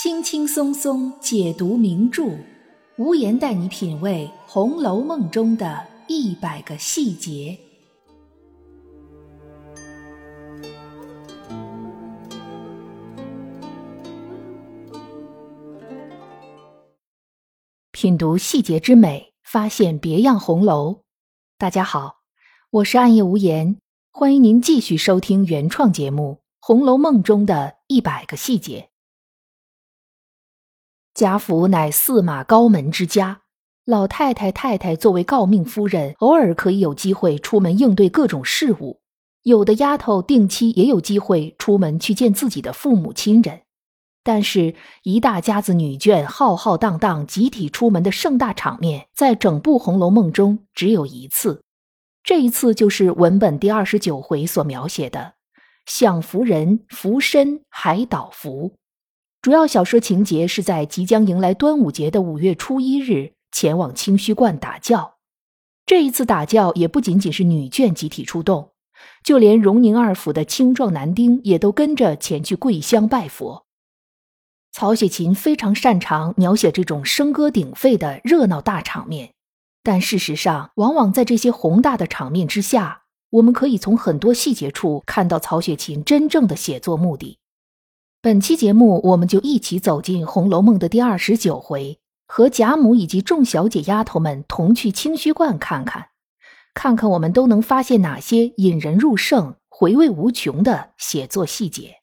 轻轻松松解读名著，无言带你品味《红楼梦》中的100个细节。品读细节之美，发现别样红楼。大家好，我是暗夜无言，欢迎您继续收听原创节目《红楼梦》中的100个细节。贾府乃4马高门之家，老太太太太作为诰命夫人，偶尔可以有机会出门应对各种事务，有的丫头定期也有机会出门去见自己的父母亲人。但是一大家子女眷浩浩荡荡集体出门的盛大场面，在整部《红楼梦》中只有一次。这一次就是文本第29回所描写的享福人福参海岛福。主要小说情节是在即将迎来端午节的5月初1日前往清虚观打醮。这一次打醮也不仅仅是女眷集体出动，就连荣宁二府的青壮男丁也都跟着前去跪香拜佛。曹雪芹非常擅长描写这种笙歌鼎沸的热闹大场面，但事实上往往在这些宏大的场面之下，我们可以从很多细节处看到曹雪芹真正的写作目的。本期节目我们就一起走进《红楼梦》的第29回，和贾母以及众小姐丫头们同去清虚观看看，看看我们都能发现哪些引人入胜、回味无穷的写作细节。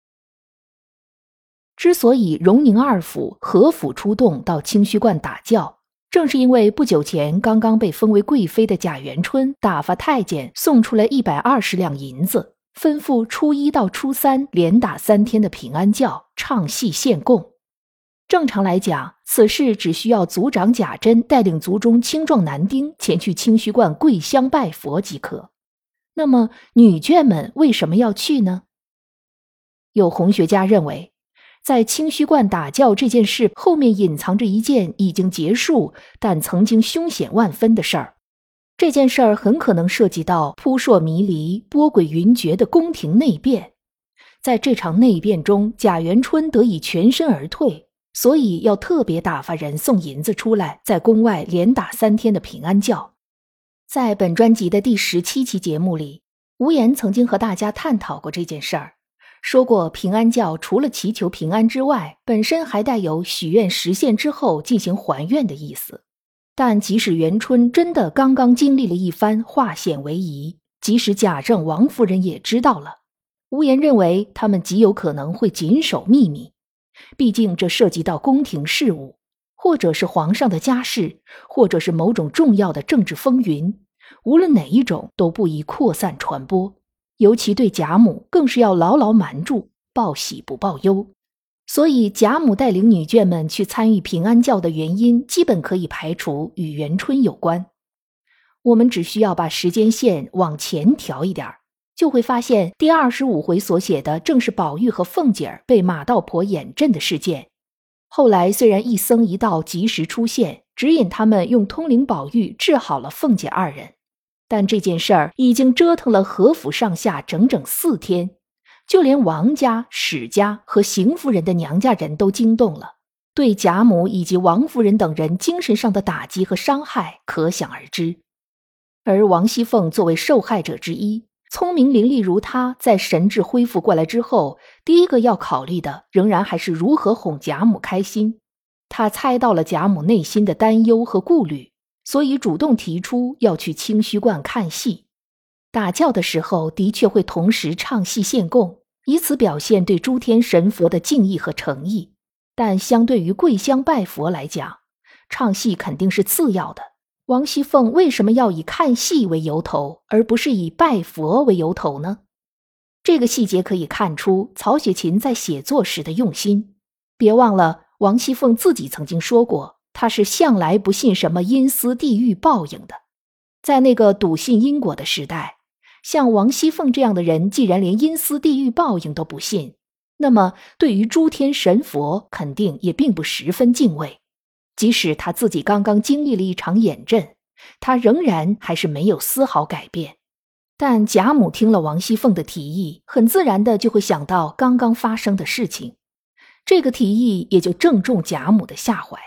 之所以荣宁二府、何府出动到清虚观打醮，正是因为不久前刚刚被封为贵妃的贾元春打发太监送出来120两银子，吩咐初1到初3连打3天的平安醮，唱戏献供。正常来讲，此事只需要族长贾珍带领族中青壮男丁前去清虚观跪香拜佛即可。那么女眷们为什么要去呢？有红学家认为，在清虚观打醮这件事后面隐藏着一件已经结束但曾经凶险万分的事儿。这件事儿很可能涉及到扑朔迷离、波诡云谲的宫廷内变。在这场内变中，贾元春得以全身而退，所以要特别打发人送银子出来，在宫外连打3天的平安醮。在本专辑的第17期节目里，无言曾经和大家探讨过这件事儿，说过平安醮除了祈求平安之外，本身还带有许愿实现之后进行还愿的意思。但即使元春真的刚刚经历了一番化险为夷，即使贾政、王夫人也知道了，无言认为他们极有可能会谨守秘密，毕竟这涉及到宫廷事务，或者是皇上的家事，或者是某种重要的政治风云，无论哪一种都不宜扩散传播，尤其对贾母更是要牢牢瞒住，报喜不报忧。所以贾母带领女眷们去参与平安醮的原因基本可以排除与元春有关。我们只需要把时间线往前调一点，就会发现第25回所写的正是宝玉和凤姐儿被马道婆眼阵的事件。后来虽然一僧一道及时出现，指引他们用通灵宝玉治好了凤姐二人，但这件事儿已经折腾了何府上下整整4天，就连王家、史家和邢夫人的娘家人都惊动了，对贾母以及王夫人等人精神上的打击和伤害可想而知。而王熙凤作为受害者之一，聪明伶俐如她，在神智恢复过来之后，第一个要考虑的仍然还是如何哄贾母开心。她猜到了贾母内心的担忧和顾虑，所以主动提出要去清虚观看戏。打醮的时候的确会同时唱戏献供，以此表现对诸天神佛的敬意和诚意。但相对于跪香拜佛来讲，唱戏肯定是次要的。王熙凤为什么要以看戏为由头，而不是以拜佛为由头呢？这个细节可以看出曹雪芹在写作时的用心。别忘了，王熙凤自己曾经说过，她是向来不信什么阴司地狱报应的。在那个笃信因果的时代，像王熙凤这样的人既然连阴司地狱报应都不信，那么对于诸天神佛肯定也并不十分敬畏。即使他自己刚刚经历了一场眼阵，他仍然还是没有丝毫改变。但贾母听了王熙凤的提议，很自然的就会想到刚刚发生的事情。 这个提议也就正中贾母的下怀。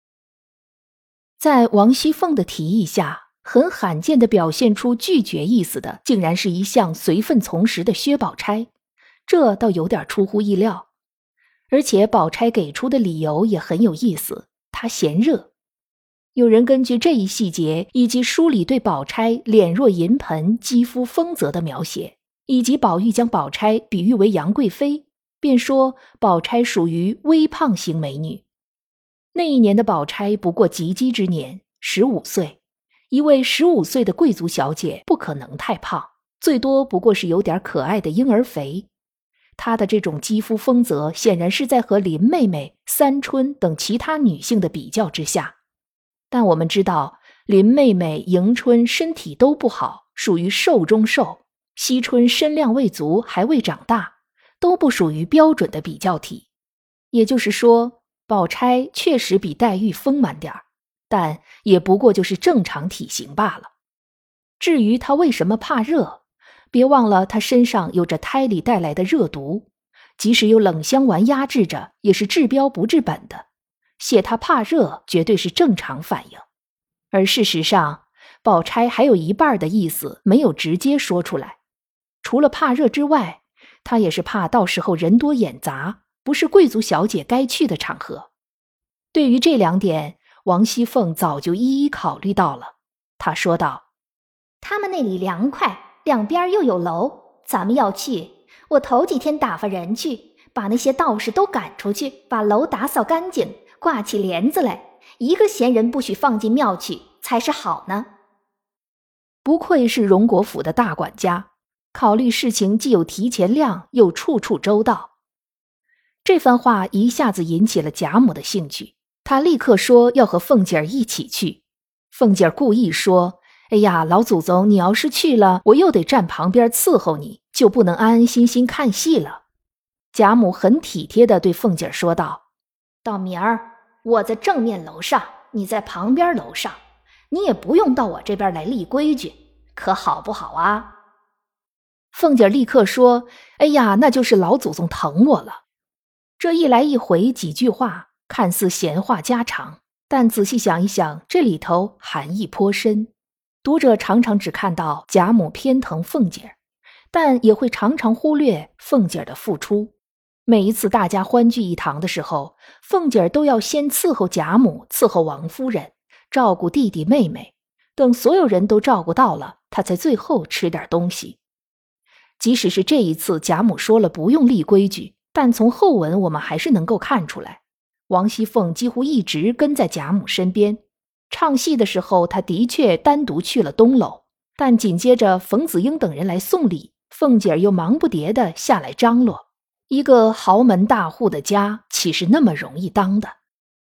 在王熙凤的提议下，很罕见地表现出拒绝意思的，竟然是一向随分从时的薛宝钗，这倒有点出乎意料。而且宝钗给出的理由也很有意思，她嫌热。有人根据这一细节，以及书里对宝钗脸若银盆、肌肤丰泽的描写，以及宝玉将宝钗比喻为杨贵妃，便说宝钗属于微胖型美女。那一年的宝钗不过及笄之年，15岁，一位15岁的贵族小姐不可能太胖，最多不过是有点可爱的婴儿肥。她的这种肌肤丰泽显然是在和林妹妹、三春等其他女性的比较之下。但我们知道林妹妹、迎春身体都不好，属于瘦中瘦，惜春身量未足，还未长大，都不属于标准的比较体。也就是说，宝钗确实比黛玉丰满点儿，但也不过就是正常体型罢了。至于她为什么怕热，别忘了她身上有着胎里带来的热毒，即使有冷香丸压制着，也是治标不治本的。写她怕热绝对是正常反应。而事实上，宝钗还有一半的意思没有直接说出来。除了怕热之外，她也是怕到时候人多眼杂，不是贵族小姐该去的场合。对于这2点，王熙凤早就一一考虑到了。她说道： 他们那里凉快，两边又有楼，咱们要去，我头几天打发人去，把那些道士都赶出去，把楼打扫干净，挂起帘子来，一个闲人不许放进庙去，才是好呢。 不愧是荣国府的大管家，考虑事情既有提前量，又处处周到。这番话一下子引起了贾母的兴趣，她立刻说要和凤姐儿一起去。凤姐儿故意说：哎呀，老祖宗，你要是去了，我又得站旁边伺候你，就不能安安心心看戏了。贾母很体贴地对凤姐儿说道： 到明儿我在正面楼上，你在旁边楼上，你也不用到我这边来立规矩，可好不好啊？ 凤姐儿立刻说：哎呀，那就是老祖宗疼我了。这一来一回几句话，看似闲话家常，但仔细想一想，这里头含义颇深。读者常常只看到贾母偏疼凤姐儿，但也会常常忽略凤姐儿的付出。每一次大家欢聚一堂的时候，凤姐儿都要先伺候贾母，伺候王夫人，照顾弟弟妹妹，等所有人都照顾到了，她才最后吃点东西。即使是这一次贾母说了不用立规矩，但从后文我们还是能够看出来，王熙凤几乎一直跟在贾母身边。唱戏的时候，她的确单独去了东楼，但紧接着冯子英等人来送礼，凤姐儿又忙不迭地下来张罗。一个豪门大户的家，岂是那么容易当的？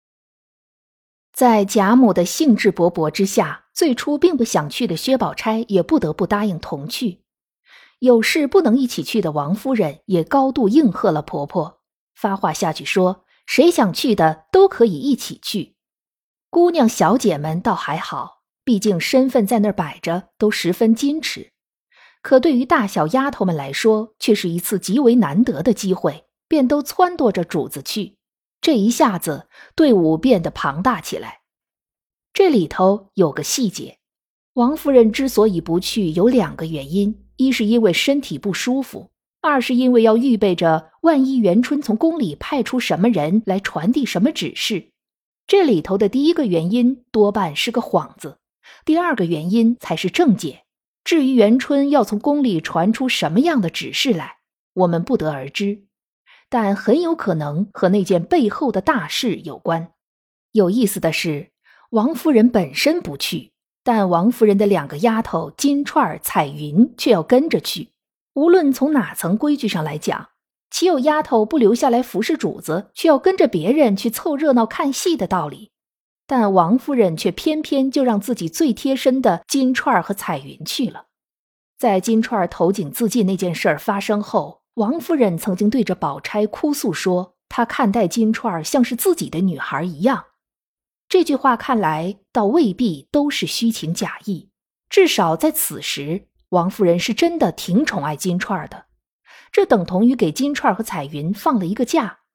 在贾母的兴致勃勃之下，最初并不想去的薛宝钗也不得不答应同去。有事不能一起去的王夫人也高度应和了婆婆，发话下去说，谁想去的都可以一起去。姑娘小姐们倒还好，毕竟身份在那儿摆着，都十分矜持。可对于大小丫头们来说，却是一次极为难得的机会，便都撺掇着主子去。这一下子，队伍变得庞大起来。这里头有个细节，王夫人之所以不去，有2个原因：一是因为身体不舒服，二是因为要预备着万一元春从宫里派出什么人来传递什么指示。这里头的第一个原因多半是个幌子，第2个原因才是正解。至于元春要从宫里传出什么样的指示来，我们不得而知，但很有可能和那件背后的大事有关。有意思的是，王夫人本身不去，但王夫人的2个丫头金钏、彩云却要跟着去。无论从哪层规矩上来讲，岂有丫头不留下来服侍主子，却要跟着别人去凑热闹看戏的道理？但王夫人却偏偏就让自己最贴身的金钏和彩云去了。在金钏投井自尽那件事发生后，王夫人曾经对着宝钗哭诉说，她看待金钏像是自己的女孩一样。这句话看来倒未必都是虚情假意，至少在此时，王夫人是真的挺宠爱金钏的。这等同于给金钏和彩云放了一个假，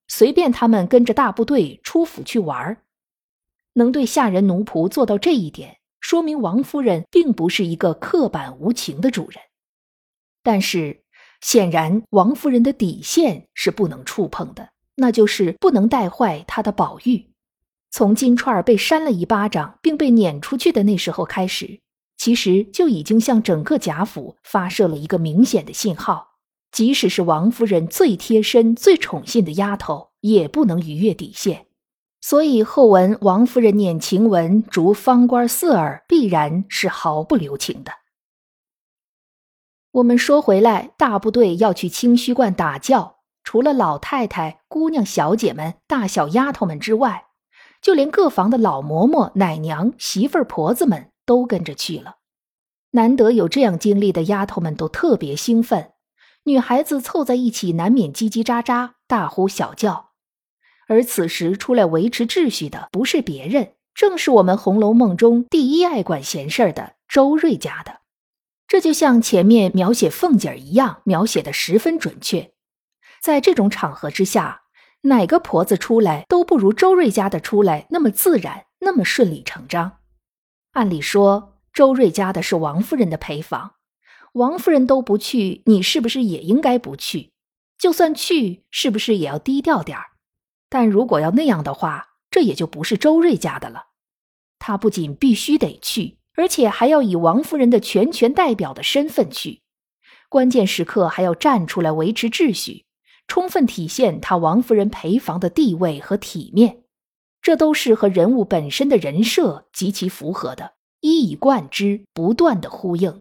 随便他们跟着大部队出府去玩。能对下人奴仆做到这一点，说明王夫人并不是一个刻板无情的主人。但是显然王夫人的底线是不能触碰的，那就是不能带坏她的宝玉。从金钏被扇了一巴掌并被撵出去的那时候开始，其实就已经向整个贾府发射了一个明显的信号，即使是王夫人最贴身最宠信的丫头也不能逾越底线。所以后文王夫人撵晴雯逐方官4耳必然是毫不留情的。我们说回来，大部队要去清虚观打醮，除了老太太、姑娘小姐们、大小丫头们之外，就连各房的老嬷嬷、奶娘、媳妇儿、婆子们都跟着去了。难得有这样经历的丫头们都特别兴奋，女孩子凑在一起难免叽叽喳喳，大呼小叫。而此时出来维持秩序的不是别人，正是我们《红楼梦》中第一爱管闲事的周瑞家的。这就像前面描写凤姐一样，描写的十分准确。在这种场合之下，哪个婆子出来都不如周瑞家的出来那么自然，那么顺理成章。按理说，周瑞家的是王夫人的陪房，王夫人都不去，你是不是也应该不去？就算去，是不是也要低调点儿？但如果要那样的话，这也就不是周瑞家的了。他不仅必须得去，而且还要以王夫人的全权代表的身份去，关键时刻还要站出来维持秩序，充分体现他王夫人陪房的地位和体面。这都是和人物本身的人设极其符合的，一以贯之，不断的呼应。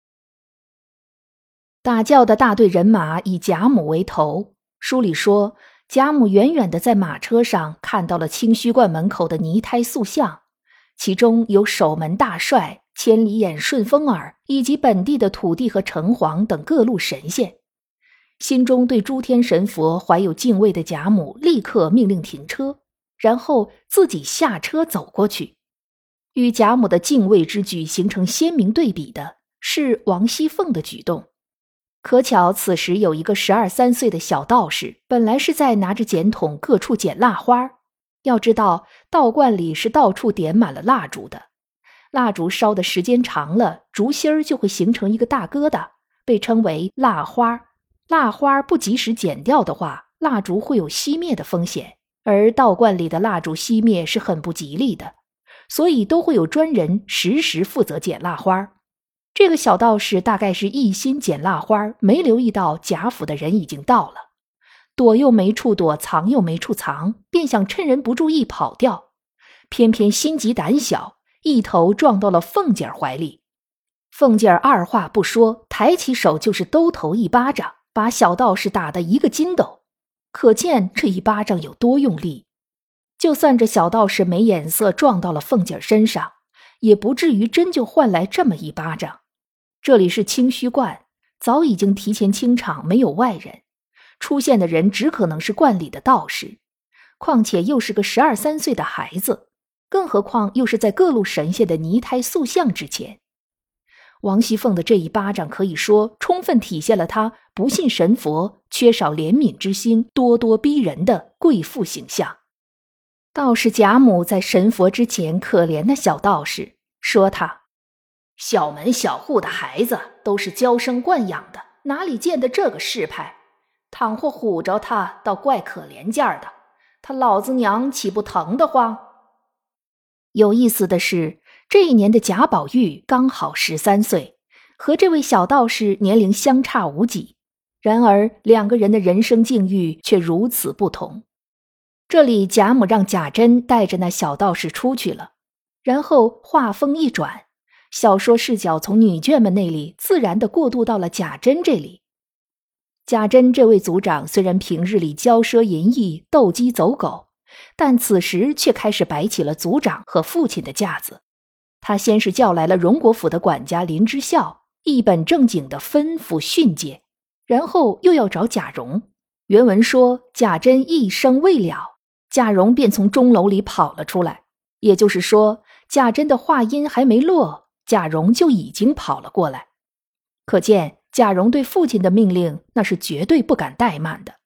打醮的大队人马以贾母为头，书里说贾母远远地在马车上看到了清虚观门口的泥胎塑像，其中有守门大帅、千里眼、顺风耳以及本地的土地和城隍等各路神仙。心中对诸天神佛怀有敬畏的贾母立刻命令停车，然后自己下车走过去。与贾母的敬畏之举形成鲜明对比的是王熙凤的举动。可巧此时有一个12、13岁的小道士，本来是在拿着剪筒各处捡蜡花。要知道道观里是到处点满了蜡烛的，蜡烛烧的时间长了，烛芯儿就会形成一个大疙瘩，被称为蜡花。蜡花不及时剪掉的话，蜡烛会有熄灭的风险，而道观里的蜡烛熄灭是很不吉利的，所以都会有专人时时负责捡蜡花。这个小道士大概是一心捡蜡花，没留意到贾府的人已经到了，躲又没处躲，藏又没处藏，便想趁人不注意跑掉，偏偏心急胆小，一头撞到了凤姐怀里。凤姐二话不说，抬起手就是兜头一巴掌，把小道士打得一个筋斗，可见这一巴掌有多用力。就算这小道士没眼色撞到了凤姐身上，也不至于真就换来这么一巴掌。这里是清虚观，早已经提前清场，没有外人，出现的人只可能是观里的道士，况且又是个12、13岁的孩子，更何况又是在各路神仙的泥胎塑像之前。王熙凤的这一巴掌可以说充分体现了她不信神佛、缺少怜悯之心、咄咄逼人的贵妇形象。倒是贾母在神佛之前可怜那小道士，说他小门小户的孩子都是娇生惯养的，哪里见得这个世派？倘或唬着他，倒怪可怜劲儿的，他老子娘岂不疼得慌？有意思的是，这一年的贾宝玉刚好13岁，和这位小道士年龄相差无几，然而两个人的人生境遇却如此不同。这里贾母让贾珍带着那小道士出去了，然后话锋一转，小说视角从女眷们那里自然地过渡到了贾珍这里。贾珍这位族长虽然平日里骄奢淫逸、斗鸡走狗，但此时却开始摆起了族长和父亲的架子。他先是叫来了荣国府的管家林之孝，一本正经地吩咐训诫，然后又要找贾蓉。原文说贾珍一声未了，贾蓉便从钟楼里跑了出来，也就是说贾珍的话音还没落，贾蓉就已经跑了过来。可见贾蓉对父亲的命令那是绝对不敢怠慢的。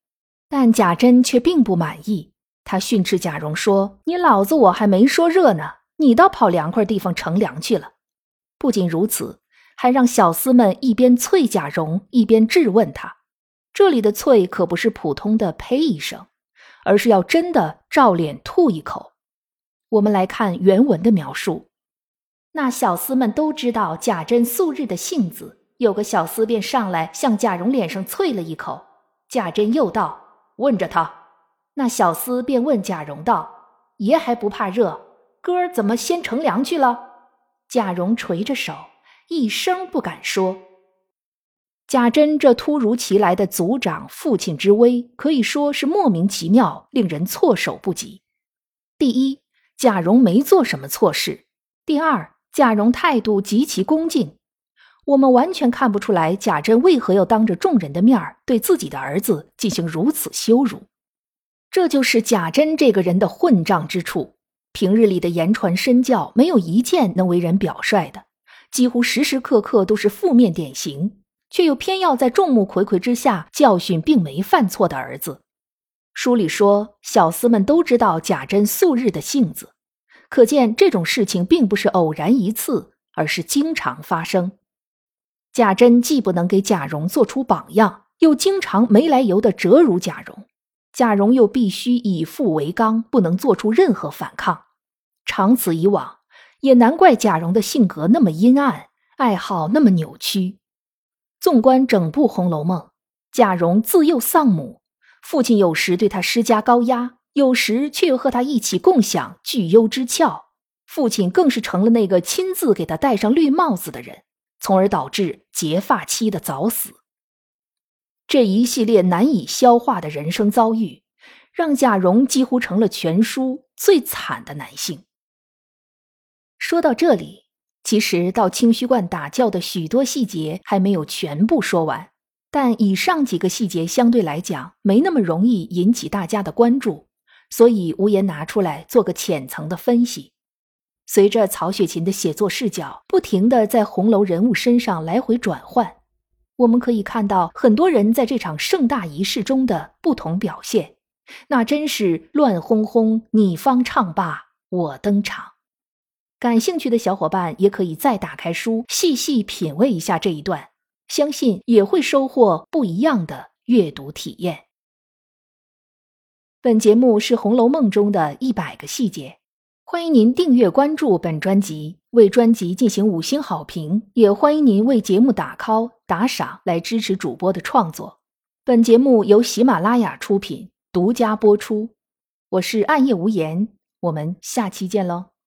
但贾珍却并不满意，他训斥贾蓉说：“你老子我还没说热呢，你倒跑凉快地方乘凉去了。”不仅如此，还让小厮们一边啐贾蓉，一边质问他。这里的啐可不是普通的呸一声，而是要真的照脸吐一口。我们来看原文的描述。那小厮们都知道贾珍素日的性子，有个小厮便上来向贾蓉脸上啐了一口。贾珍又道：“问着他。”那小厮便问贾蓉道：“爷还不怕热，哥儿怎么先乘凉去了？”贾蓉垂着手，一声不敢说。贾珍这突如其来的族长父亲之威，可以说是莫名其妙，令人措手不及。第一，贾蓉没做什么错事；第二，贾蓉态度极其恭敬。我们完全看不出来贾珍为何要当着众人的面对自己的儿子进行如此羞辱。这就是贾珍这个人的混账之处。平日里的言传身教没有一件能为人表率的，几乎时时刻刻都是负面典型，却又偏要在众目睽睽之下教训并没犯错的儿子。书里说小厮们都知道贾珍素日的性子，可见这种事情并不是偶然一次，而是经常发生。贾珍既不能给贾蓉做出榜样，又经常没来由地折辱贾蓉，贾蓉又必须以父为纲，不能做出任何反抗。长此以往，也难怪贾蓉的性格那么阴暗，爱好那么扭曲。纵观整部《红楼梦》，贾蓉自幼丧母，父亲有时对他施加高压，有时却又和他一起共享巨优之俏，父亲更是成了那个亲自给他戴上绿帽子的人，从而导致结发妻的早死。这一系列难以消化的人生遭遇，让贾蓉几乎成了全书最惨的男性。说到这里，其实到清虚观打醮的许多细节还没有全部说完，但以上几个细节相对来讲没那么容易引起大家的关注，所以无言拿出来做个浅层的分析。随着曹雪芹的写作视角不停地在红楼人物身上来回转换，我们可以看到很多人在这场盛大仪式中的不同表现，那真是乱哄哄，你方唱罢我登场。感兴趣的小伙伴也可以再打开书，细细品味一下这一段，相信也会收获不一样的阅读体验。本节目是《红楼梦》中的100个细节，欢迎您订阅关注本专辑，为专辑进行5星好评，也欢迎您为节目打 call 打赏来支持主播的创作。本节目由喜马拉雅出品，独家播出。我是暗夜无言，我们下期见喽。